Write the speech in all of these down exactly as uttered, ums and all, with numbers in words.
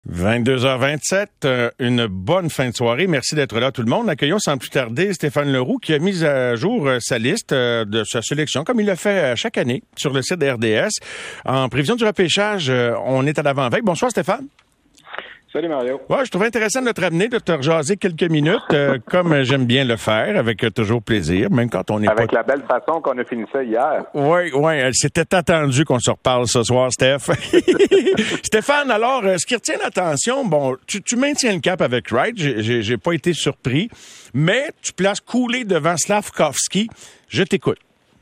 vingt-deux heures vingt-sept, euh, une bonne fin de soirée. Merci d'être là tout le monde. Accueillons sans plus tarder Stéphane Leroux qui a mis à jour euh, sa liste euh, de sa sélection, comme il le fait euh, chaque année sur le site de R D S. En prévision du repêchage, euh, on est à l'avant-veille. Bonsoir Stéphane. Salut Mario. Ouais, je trouvais intéressant de te ramener, de te rejaser quelques minutes, euh, comme j'aime bien le faire, avec euh, toujours plaisir, même quand on n'est pas... Avec la belle façon qu'on a fini ça hier. Oui, oui, c'était attendu qu'on se reparle ce soir, Steph. Stéphane, alors, ce qui retient l'attention, bon, tu, tu maintiens le cap avec Wright, j'ai, j'ai, j'ai pas été surpris, mais tu places Cooley devant Slavkovski. Je t'écoute.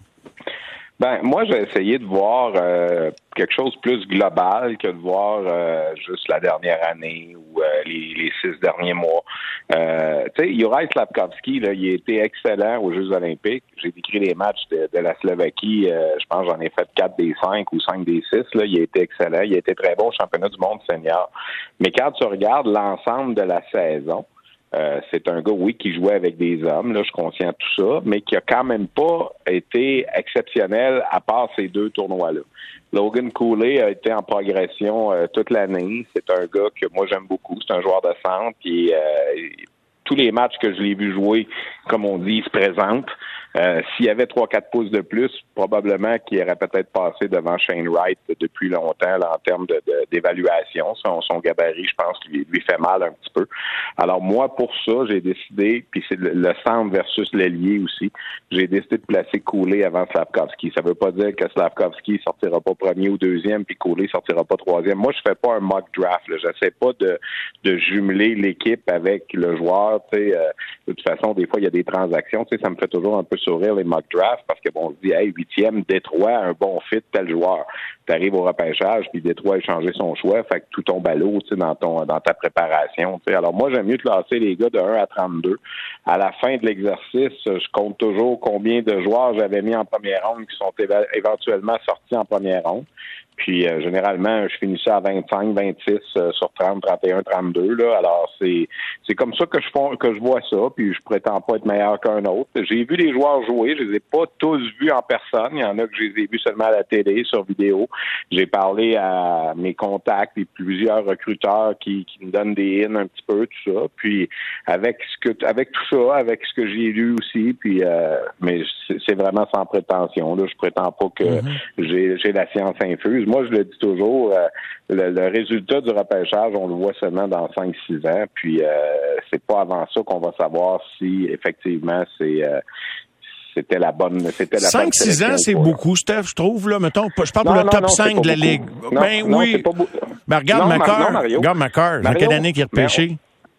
Ben, moi, j'ai essayé de voir euh, quelque chose de plus global que de voir euh, juste la dernière année ou euh, les, les six derniers mois. Euh, tu sais, Juraj Slavkovski, là, il a été excellent aux Jeux olympiques. J'ai décrit les matchs de, de la Slovaquie. Euh, je pense que j'en ai fait quatre des cinq ou cinq des six. Là, il a été excellent. Il a été très bon au championnat du monde senior. Mais quand tu regardes l'ensemble de la saison, Euh, c'est un gars, oui, qui jouait avec des hommes, là, je suis conscient de tout ça, mais qui a quand même pas été exceptionnel à part ces deux tournois-là. Logan Cooley a été en progression euh, toute l'année. C'est un gars que moi j'aime beaucoup. C'est un joueur de centre. Puis euh, tous les matchs que je l'ai vu jouer, comme on dit, il se présente. Euh, s'il y avait trois quatre pouces de plus, probablement qu'il aurait peut-être passé devant Shane Wright depuis longtemps là, en termes de, de, d'évaluation. Son, son gabarit, je pense, lui, lui fait mal un petit peu. Alors moi, pour ça, j'ai décidé, puis c'est le, le centre versus l'ailier aussi, j'ai décidé de placer Cooley avant Slavkovski. Ça veut pas dire que Slavkovski sortira pas premier ou deuxième, puis Cooley sortira pas troisième. Moi, je fais pas un mock draft. Là. J'essaie pas de, de jumeler l'équipe avec le joueur. Tu sais, euh, de toute façon, des fois, il y a des transactions. Tu sais, ça me fait toujours un peu sourire les mock drafts parce que bon, on se dit, hey, huitième, Détroit, un bon fit, tel joueur. Tu arrives au repêchage, puis Détroit a changé son choix, fait que tout tombe à l'eau, tu sais, dans ton, dans ta préparation. Tu sais. Alors moi, j'aime mieux classer les gars de un à trente-deux. À la fin de l'exercice, je compte toujours combien de joueurs j'avais mis en première ronde qui sont éva- éventuellement sortis en première ronde. Puis euh, généralement, je finis ça à vingt-cinq, vingt-six euh, sur trente, trente et un, trente-deux. Là. Alors c'est c'est comme ça que je fais, que je vois ça. Puis je prétends pas être meilleur qu'un autre. J'ai vu les joueurs jouer, je les ai pas tous vus en personne. Il y en a que je les ai vus seulement à la télé, sur vidéo. J'ai parlé à mes contacts et plusieurs recruteurs qui, qui me donnent des in un petit peu, tout ça. Puis avec ce que avec tout ça, avec ce que j'ai lu aussi, puis euh, mais c'est, c'est vraiment sans prétention. Là, je prétends pas que mm-hmm. j'ai, j'ai la science infuse. Moi, je le dis toujours, euh, le, le résultat du repêchage, on le voit seulement dans cinq six ans, puis euh, c'est pas avant ça qu'on va savoir si, effectivement, c'est... Euh, C'était la bonne. C'était la cinq six ans, c'est beaucoup, Steph, je trouve, là. Mettons, je parle non, pour le non, top non, cinq de la beaucoup. Ligue. Non, ben non, oui. C'est pas beau... Ben, regarde non, McCarr. non, Regarde McCarr. Dans quelle année qu'il est repêché?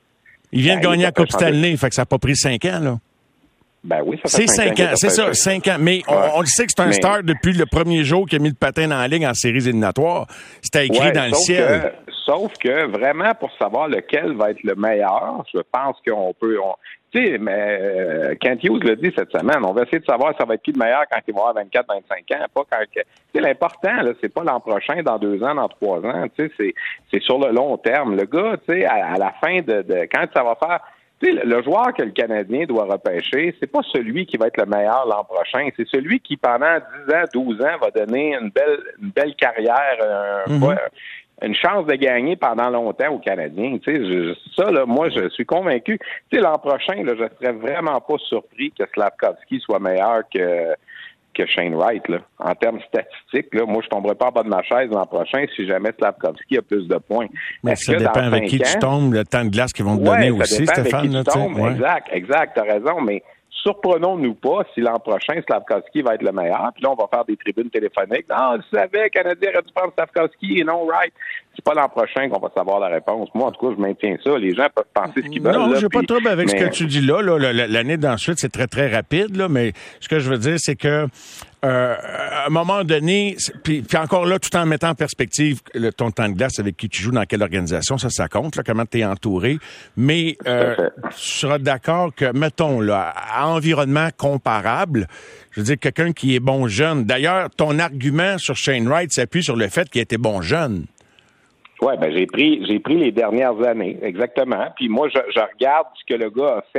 Il vient ben, de gagner la Coupe Stanley, fait que ça n'a pas pris cinq ans, là. Ben oui, ça fait c'est cinq ans, ans c'est ça, cinq ans. Mais on, ouais. on le sait que c'est un mais... star depuis le premier jour qu'il a mis le patin dans la ligue en séries éliminatoires. C'était écrit ouais, dans le ciel. Que, sauf que vraiment, pour savoir lequel va être le meilleur, je pense qu'on peut... On... Tu sais, mais euh, Kent Hughes l'a dit cette semaine, on va essayer de savoir ça va être qui le meilleur quand il va avoir vingt-quatre vingt-cinq ans, pas quand... Tu sais, l'important, là, c'est pas l'an prochain, dans deux ans, dans trois ans, tu sais, c'est, c'est sur le long terme. Le gars, tu sais, à, à la fin de, de... Quand ça va faire... Tu sais, le joueur que le Canadien doit repêcher, c'est pas celui qui va être le meilleur l'an prochain, c'est celui qui, pendant dix ans, douze ans, va donner une belle une belle carrière, un, mm-hmm. une chance de gagner pendant longtemps aux Canadiens. Tu sais, je, ça, là, moi, je suis convaincu. Tu sais, l'an prochain, là, je serais vraiment pas surpris que Slavkovski soit meilleur que que Shane Wright, là. En termes statistiques, là, moi, je tomberais pas en bas de ma chaise l'an prochain si jamais Slavkovski a plus de points. Mais ça dépend avec qui ans, tu tombes, le temps de glace qu'ils vont te donner ouais, aussi, Stéphane. Là, tombes, ouais. Exact, exact, t'as raison, mais surprenons-nous pas si l'an prochain, Slavkovski va être le meilleur. Puis là, on va faire des tribunes téléphoniques. Ah, tu savais, le Canadien aurait dû prendre Slavkovski et non Wright. C'est pas l'an prochain qu'on va savoir la réponse. Moi, en tout cas, je maintiens ça. Les gens peuvent penser ce qu'ils veulent. Non, là, j'ai puis, pas de trouble avec mais... ce que tu dis là. là l'année d'ensuite, c'est très, très rapide. Là, mais ce que je veux dire, c'est que euh, à un moment donné, puis, puis encore là, tout en mettant en perspective le, ton temps de glace avec qui tu joues, dans quelle organisation, ça, ça compte, là, comment tu es entouré. Mais euh, tu seras d'accord que, mettons, là, à environnement comparable, je veux dire, quelqu'un qui est bon jeune. D'ailleurs, ton argument sur Shane Wright s'appuie sur le fait qu'il était bon jeune. Oui, ben j'ai pris j'ai pris les dernières années, exactement. Puis moi, je, je regarde ce que le gars a fait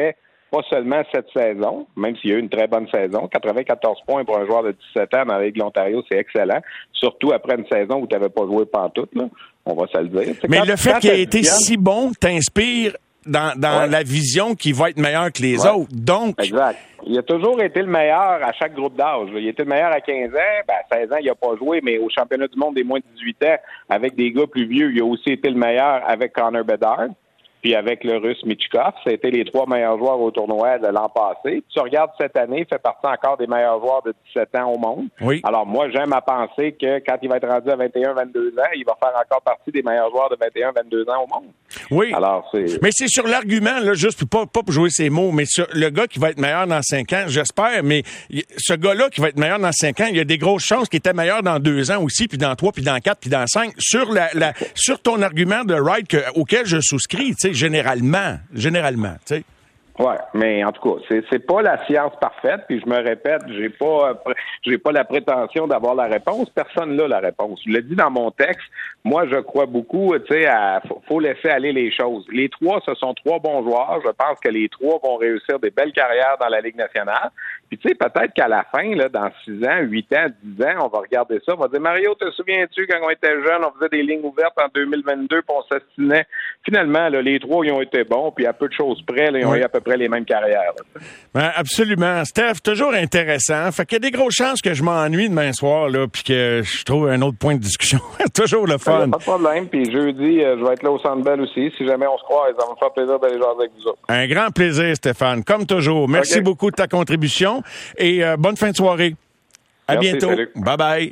pas seulement cette saison, même s'il y a eu une très bonne saison. quatre-vingt-quatorze points pour un joueur de dix-sept ans dans la Ligue de l'Ontario, c'est excellent. Surtout après une saison où tu n'avais pas joué pantoute, là. On va se le dire. C'est Mais quand, le fait qu'il ait été si bon t'inspire dans, dans ouais. la vision qu'il va être meilleur que les ouais. autres. Donc. Exact. Il a toujours été le meilleur à chaque groupe d'âge. Il a été le meilleur à quinze ans. Ben, à seize ans, il n'a pas joué, mais au championnat du monde des moins de dix-huit ans, avec des gars plus vieux, il a aussi été le meilleur avec Connor Bedard. Puis avec le Russe Michkov, ça a été les trois meilleurs joueurs au tournoi de l'an passé. Tu regardes cette année, il fait partie encore des meilleurs joueurs de dix-sept ans au monde. Oui. Alors moi, j'aime à penser que quand il va être rendu à vingt et un vingt-deux ans, il va faire encore partie des meilleurs joueurs de vingt et un vingt-deux ans au monde. Oui. Alors, c'est... Mais c'est sur l'argument, là, juste pas, pas pour jouer ses mots, mais sur le gars qui va être meilleur dans cinq ans, j'espère, mais ce gars-là qui va être meilleur dans cinq ans, il y a des grosses chances qu'il était meilleur dans deux ans aussi, puis dans trois, puis dans quatre, puis dans cinq. Sur la, la sur ton argument de Wright que, auquel je souscris, tu sais, généralement. Généralement, tu sais. Ouais, mais en tout cas, c'est c'est pas la science parfaite, puis je me répète, j'ai pas j'ai pas la prétention d'avoir la réponse, personne n'a la réponse. Je l'ai dit dans mon texte, moi je crois beaucoup, tu sais, à faut, faut laisser aller les choses. Les trois, ce sont trois bons joueurs, je pense que les trois vont réussir des belles carrières dans la Ligue nationale. Puis tu sais, peut-être qu'à la fin, là, dans six ans, huit ans, dix ans, on va regarder ça, on va dire Mario, te souviens-tu quand on était jeune, on faisait des lignes ouvertes en deux mille vingt-deux, puis on s'astinait. Finalement, là, les trois, ils ont été bons, puis à peu de choses près, là, ils ont oui. eu à peu près les mêmes carrières. Ben, absolument. Steph, toujours intéressant. Fait qu'il y a des grosses chances que je m'ennuie demain soir, là, puis que je trouve un autre point de discussion. Toujours le fun. Ben, pas de problème. Puis jeudi, euh, je vais être là au Centre Bell aussi. Si jamais on se croise, ça va me faire plaisir d'aller jouer avec vous autres. Un grand plaisir, Stéphane. Comme toujours. Merci okay. beaucoup de ta contribution et euh, bonne fin de soirée. À Merci, bientôt. salut. Bye bye.